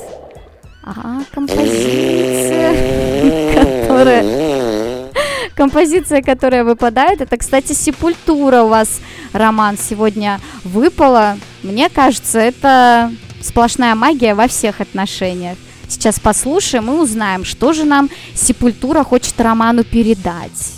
S5: Композиция, которая выпадает, это, кстати, Сепультура у вас, Роман, сегодня выпала. Мне кажется, это сплошная магия во всех отношениях. Сейчас послушаем и узнаем, что же нам Сепультура хочет Роману передать.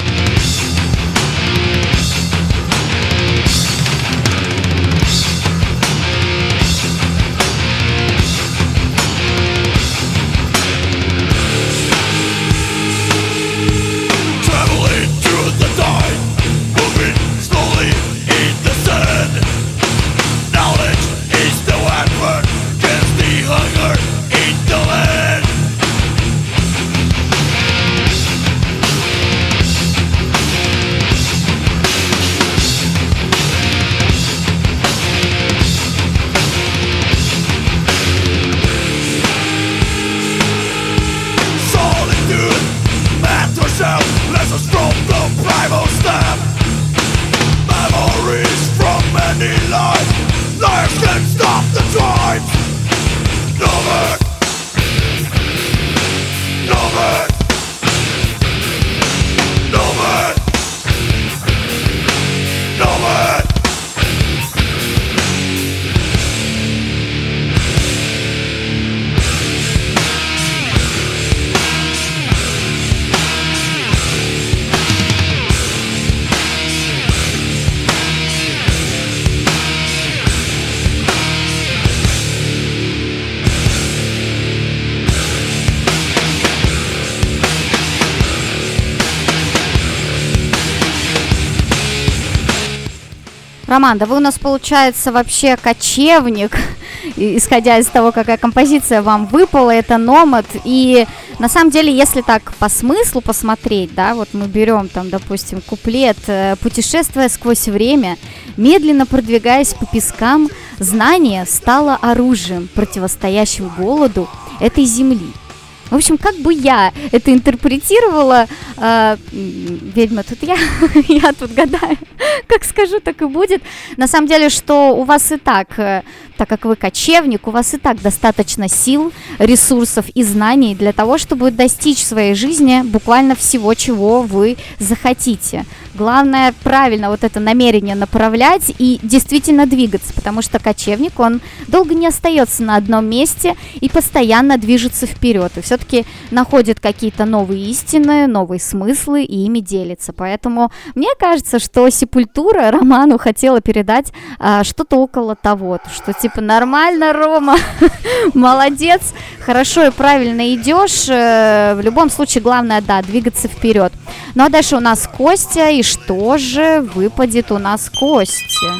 S5: Роман, да вы у нас, получается, вообще кочевник, исходя из того, какая композиция вам выпала, это номад. И на самом деле, если так по смыслу посмотреть, да, вот мы берем там, допустим, куплет: путешествуя сквозь время, медленно продвигаясь по пескам, знание стало оружием, противостоящим голоду этой земли. В общем, как бы я это интерпретировала, ведьма тут я тут гадаю, как скажу, так и будет. На самом деле, что у вас и так как вы кочевник, у вас и так достаточно сил, ресурсов и знаний для того, чтобы достичь в своей жизни буквально всего, чего вы захотите. Главное правильно вот это намерение направлять и действительно двигаться, потому что кочевник, он долго не остается на одном месте и постоянно движется вперед, и все-таки находит какие-то новые истины, новые смыслы и ими делится. Поэтому мне кажется, что Сепультура Роману хотела передать что-то около того, что типа нормально, Рома, молодец, хорошо и правильно идешь, в любом случае главное, да, двигаться вперед. Ну а дальше у нас Костя, и что же выпадет у нас Костя?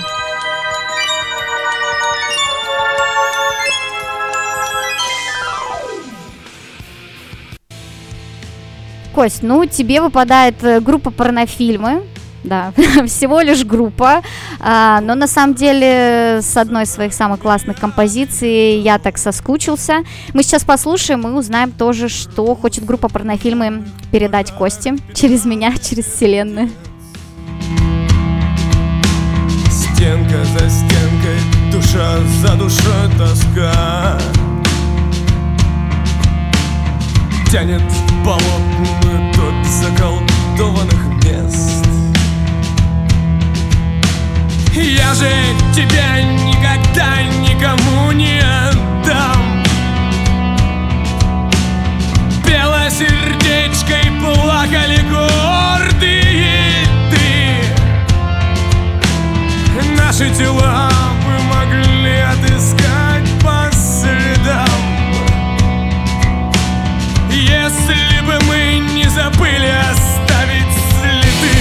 S5: Кость, ну тебе выпадает группа порнофильмы. Да, всего лишь группа, но на самом деле с одной из своих самых классных композиций я так соскучился. Мы сейчас послушаем и узнаем тоже, что хочет группа порнофильмы передать Косте через меня, через вселенную.
S6: Стенка за стенкой, душа за душой тоска. тянет в болотную топь заколдованных мест. Я же тебя никогда никому не отдам. Пела сердечкой, плакали гордые ты. Наши тела бы могли отыскать по следам, если бы мы не забыли оставить следы.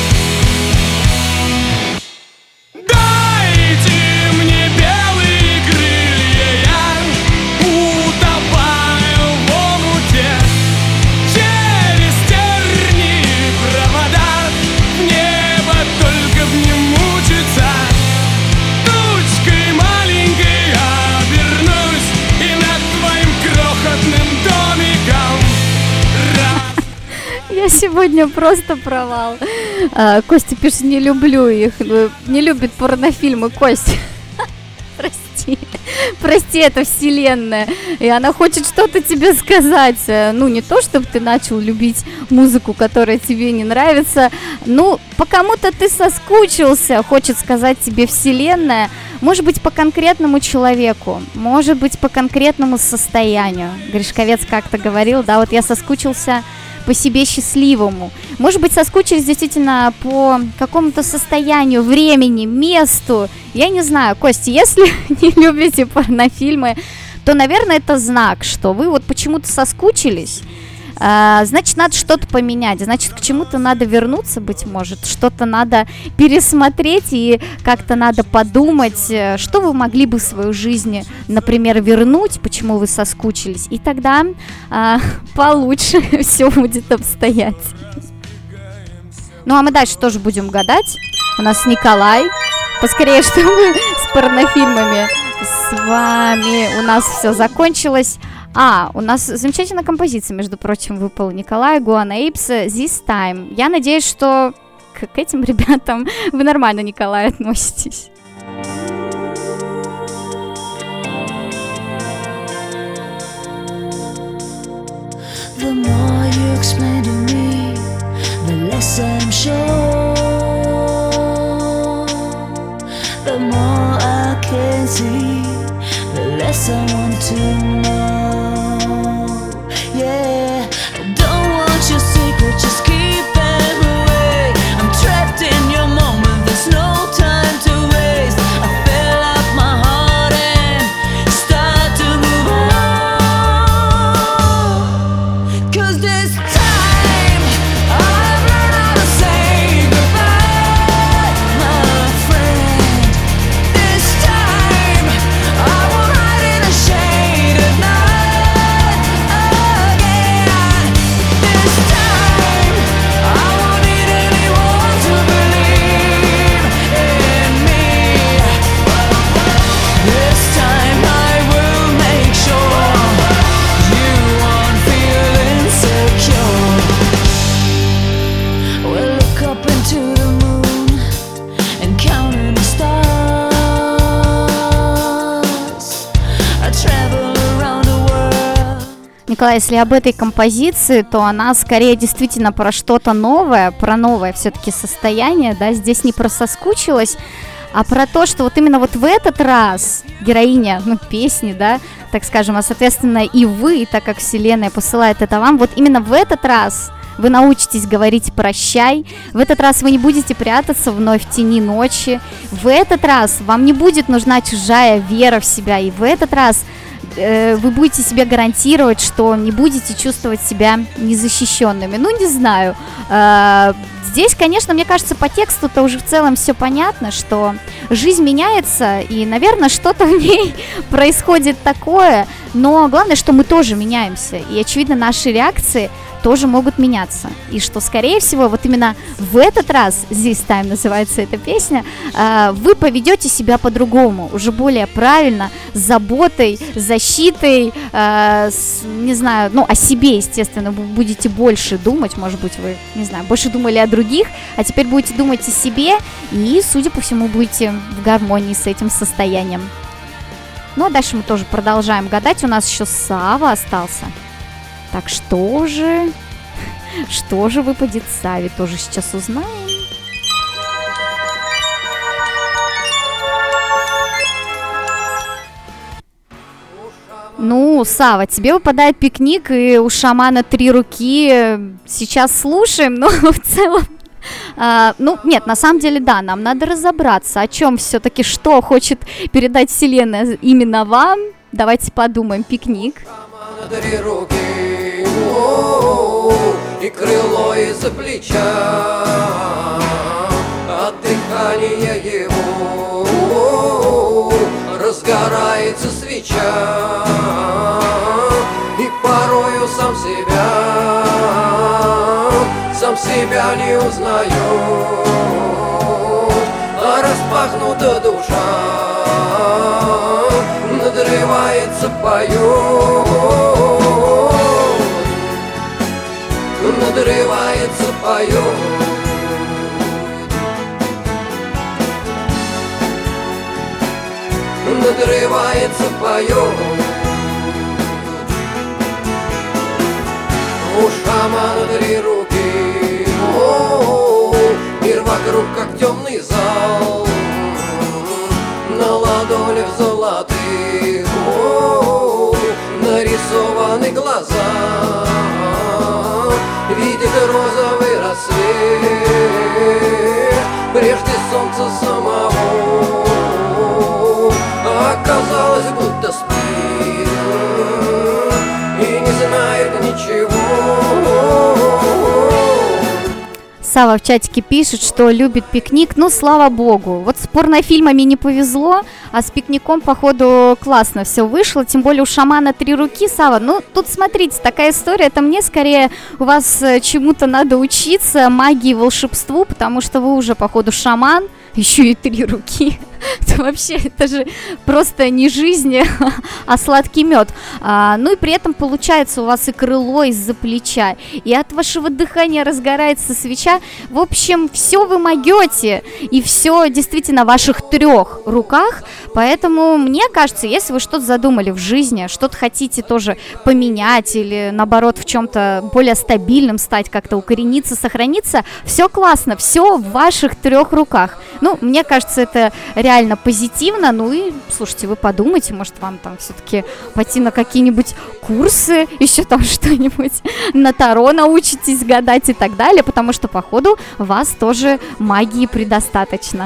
S6: Дайте мне белые крылья, я утопаю в омуте. Через тернии и провода в небо только в нем мучиться. Тучкой маленькой обернусь и над твоим крохотным домиком.
S5: Я сегодня просто провал. Костя пишет, не люблю их. Не любит порнофильмы, Костя. Прости, это вселенная. И она хочет что-то тебе сказать. Ну, не то, чтобы ты начал любить музыку, которая тебе не нравится. Ну, по кому-то ты соскучился, хочет сказать тебе вселенная. Может быть, по конкретному человеку, может быть, по конкретному состоянию. Гришковец как-то говорил, да, вот я соскучился по себе счастливому. Может быть, соскучились действительно по какому-то состоянию, времени, месту. Я не знаю, Костя, если не любите порнофильмы, то, наверное, это знак, что вы вот почему-то соскучились. Значит, надо что-то поменять, значит, к чему-то надо вернуться, быть может, что-то надо пересмотреть и как-то надо подумать, что вы могли бы в свою жизнь, например, вернуть, почему вы соскучились, и тогда получше все будет обстоять. Ну, а мы дальше тоже будем гадать. У нас Николай. Поскорее, что мы с порнофильмами с вами. У нас все закончилось. У нас замечательная композиция, между прочим, выпала. Николай, Гуана Эйпс, This Time. Я надеюсь, что к этим ребятам вы нормально, Николай, относитесь.
S8: The more you explain to me, the less I'm sure. The more I can see, the less I want to know. Yeah, I don't want your secret, just keep it away. I'm trapped in your moment, there's no time to waste. I fill up my heart and start to move on. 'Cause this time I've learned how to say goodbye, my friend. This time I will hide in the shade at night again. This time I won't need anyone to believe in me. This time I will make sure you won't feel insecure. We'll look up into the moon and counting the stars. I travel around the world.
S5: Николай, если об этой композиции, то она скорее действительно про что-то новое, про новое все-таки состояние, да, здесь не про соскучилась, а про то, что вот именно вот в этот раз героиня, песни, да, так скажем, а соответственно и вы, так как вселенная посылает это вам, вот именно в этот раз вы научитесь говорить «прощай», в этот раз вы не будете прятаться вновь в тени ночи, в этот раз вам не будет нужна чужая вера в себя, и в этот раз вы будете себе гарантировать, что не будете чувствовать себя незащищенными. Ну, не знаю. Здесь, конечно, мне кажется, по тексту-то уже в целом все понятно, что жизнь меняется, и, наверное, что-то в ней происходит такое, но главное, что мы тоже меняемся, и, очевидно, наши реакции тоже могут меняться, и что, скорее всего, вот именно в этот раз, This Time называется эта песня, вы поведете себя по-другому, уже более правильно, с заботой, защитой, не знаю, о себе, естественно, вы будете больше думать, может быть, вы, не знаю, больше думали о других, а теперь будете думать о себе, и, судя по всему, будете в гармонии с этим состоянием. Ну, а дальше мы тоже продолжаем гадать, у нас еще Сава остался. Так что же выпадет Саве, тоже сейчас узнаем. Ну, Сава, тебе выпадает пикник, и у шамана 3 руки. Сейчас слушаем, но в целом... нет, на самом деле, да, нам надо разобраться, о чем все-таки, что хочет передать Вселенная именно вам. Давайте подумаем. Пикник.
S9: 3 руки, и крыло из-за плеча, от дыхания его разгорается свеча, и порою сам себя не узнаю, а распахнута душа, надрывается, поет, надрывается, поет. Надрывается, поет. У шамана 3 руки, мир вокруг как темный зал, на ладонях золотых нарисованы глаза, видит розовый рассвет прежде солнца самого. Оказалось, будто спит и не знает ничего.
S5: Сава в чатике пишет, что любит пикник. Ну, слава богу. Вот с порнофильмами не повезло, а с пикником, походу, классно все вышло. Тем более у шамана 3 руки. Сава, ну, тут смотрите, такая история. Это мне скорее у вас чему-то надо учиться, магии, волшебству, потому что вы уже, походу, шаман. Еще и 3 руки. Вообще, это же просто не жизнь, а сладкий мед. Ну и при этом получается у вас и крыло из-за плеча, и от вашего дыхания разгорается свеча. В общем, все вы могете, и все действительно в ваших 3 руках. Поэтому мне кажется, если вы что-то задумали в жизни, что-то хотите тоже поменять или наоборот в чем-то более стабильным стать, как-то укорениться, сохраниться, все классно, все в ваших 3 руках. Ну, мне кажется, это реально позитивно. Ну и, слушайте, вы подумайте, может, вам там все-таки пойти на какие-нибудь курсы, еще там что-нибудь, на Таро научитесь гадать и так далее, потому что, походу, вас тоже магии предостаточно.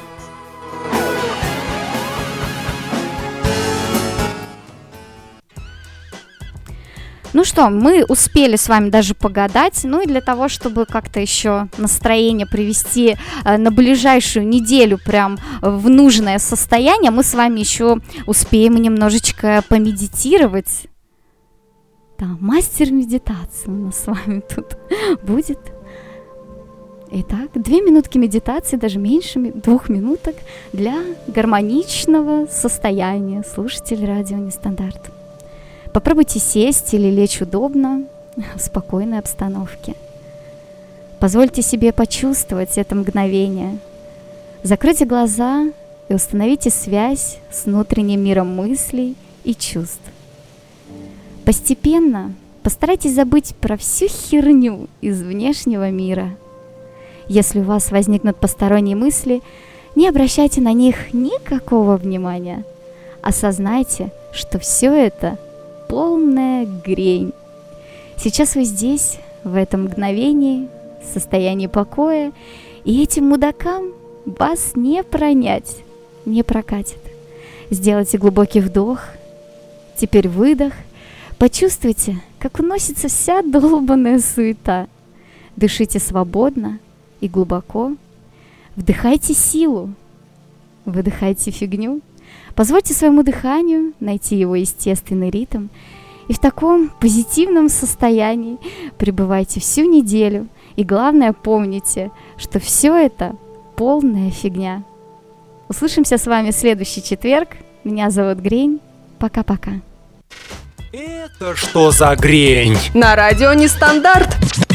S5: Ну что, мы успели с вами даже погадать, ну и для того, чтобы как-то еще настроение привести на ближайшую неделю прям в нужное состояние, мы с вами еще успеем немножечко помедитировать. Да, мастер медитации у нас с вами тут будет. Итак, 2 минутки медитации, даже меньше 2 минуток для гармоничного состояния слушателей радио Нестандарт. Попробуйте сесть или лечь удобно, в спокойной обстановке. Позвольте себе почувствовать это мгновение. Закройте глаза и установите связь с внутренним миром мыслей и чувств. Постепенно постарайтесь забыть про всю херню из внешнего мира. Если у вас возникнут посторонние мысли, не обращайте на них никакого внимания. Осознайте, что все это полная грень. Сейчас вы здесь, в этом мгновении, в состоянии покоя, и этим мудакам вас не пронять, не прокатит. Сделайте глубокий вдох, теперь выдох. Почувствуйте, как уносится вся долбанная суета. Дышите свободно и глубоко. Вдыхайте силу, выдыхайте фигню. Позвольте своему дыханию найти его естественный ритм. И в таком позитивном состоянии пребывайте всю неделю. И главное, помните, что все это полная фигня. Услышимся с вами в следующий четверг. Меня зовут Грень. Пока-пока.
S1: Это что за грень?
S2: На радио Нестандарт.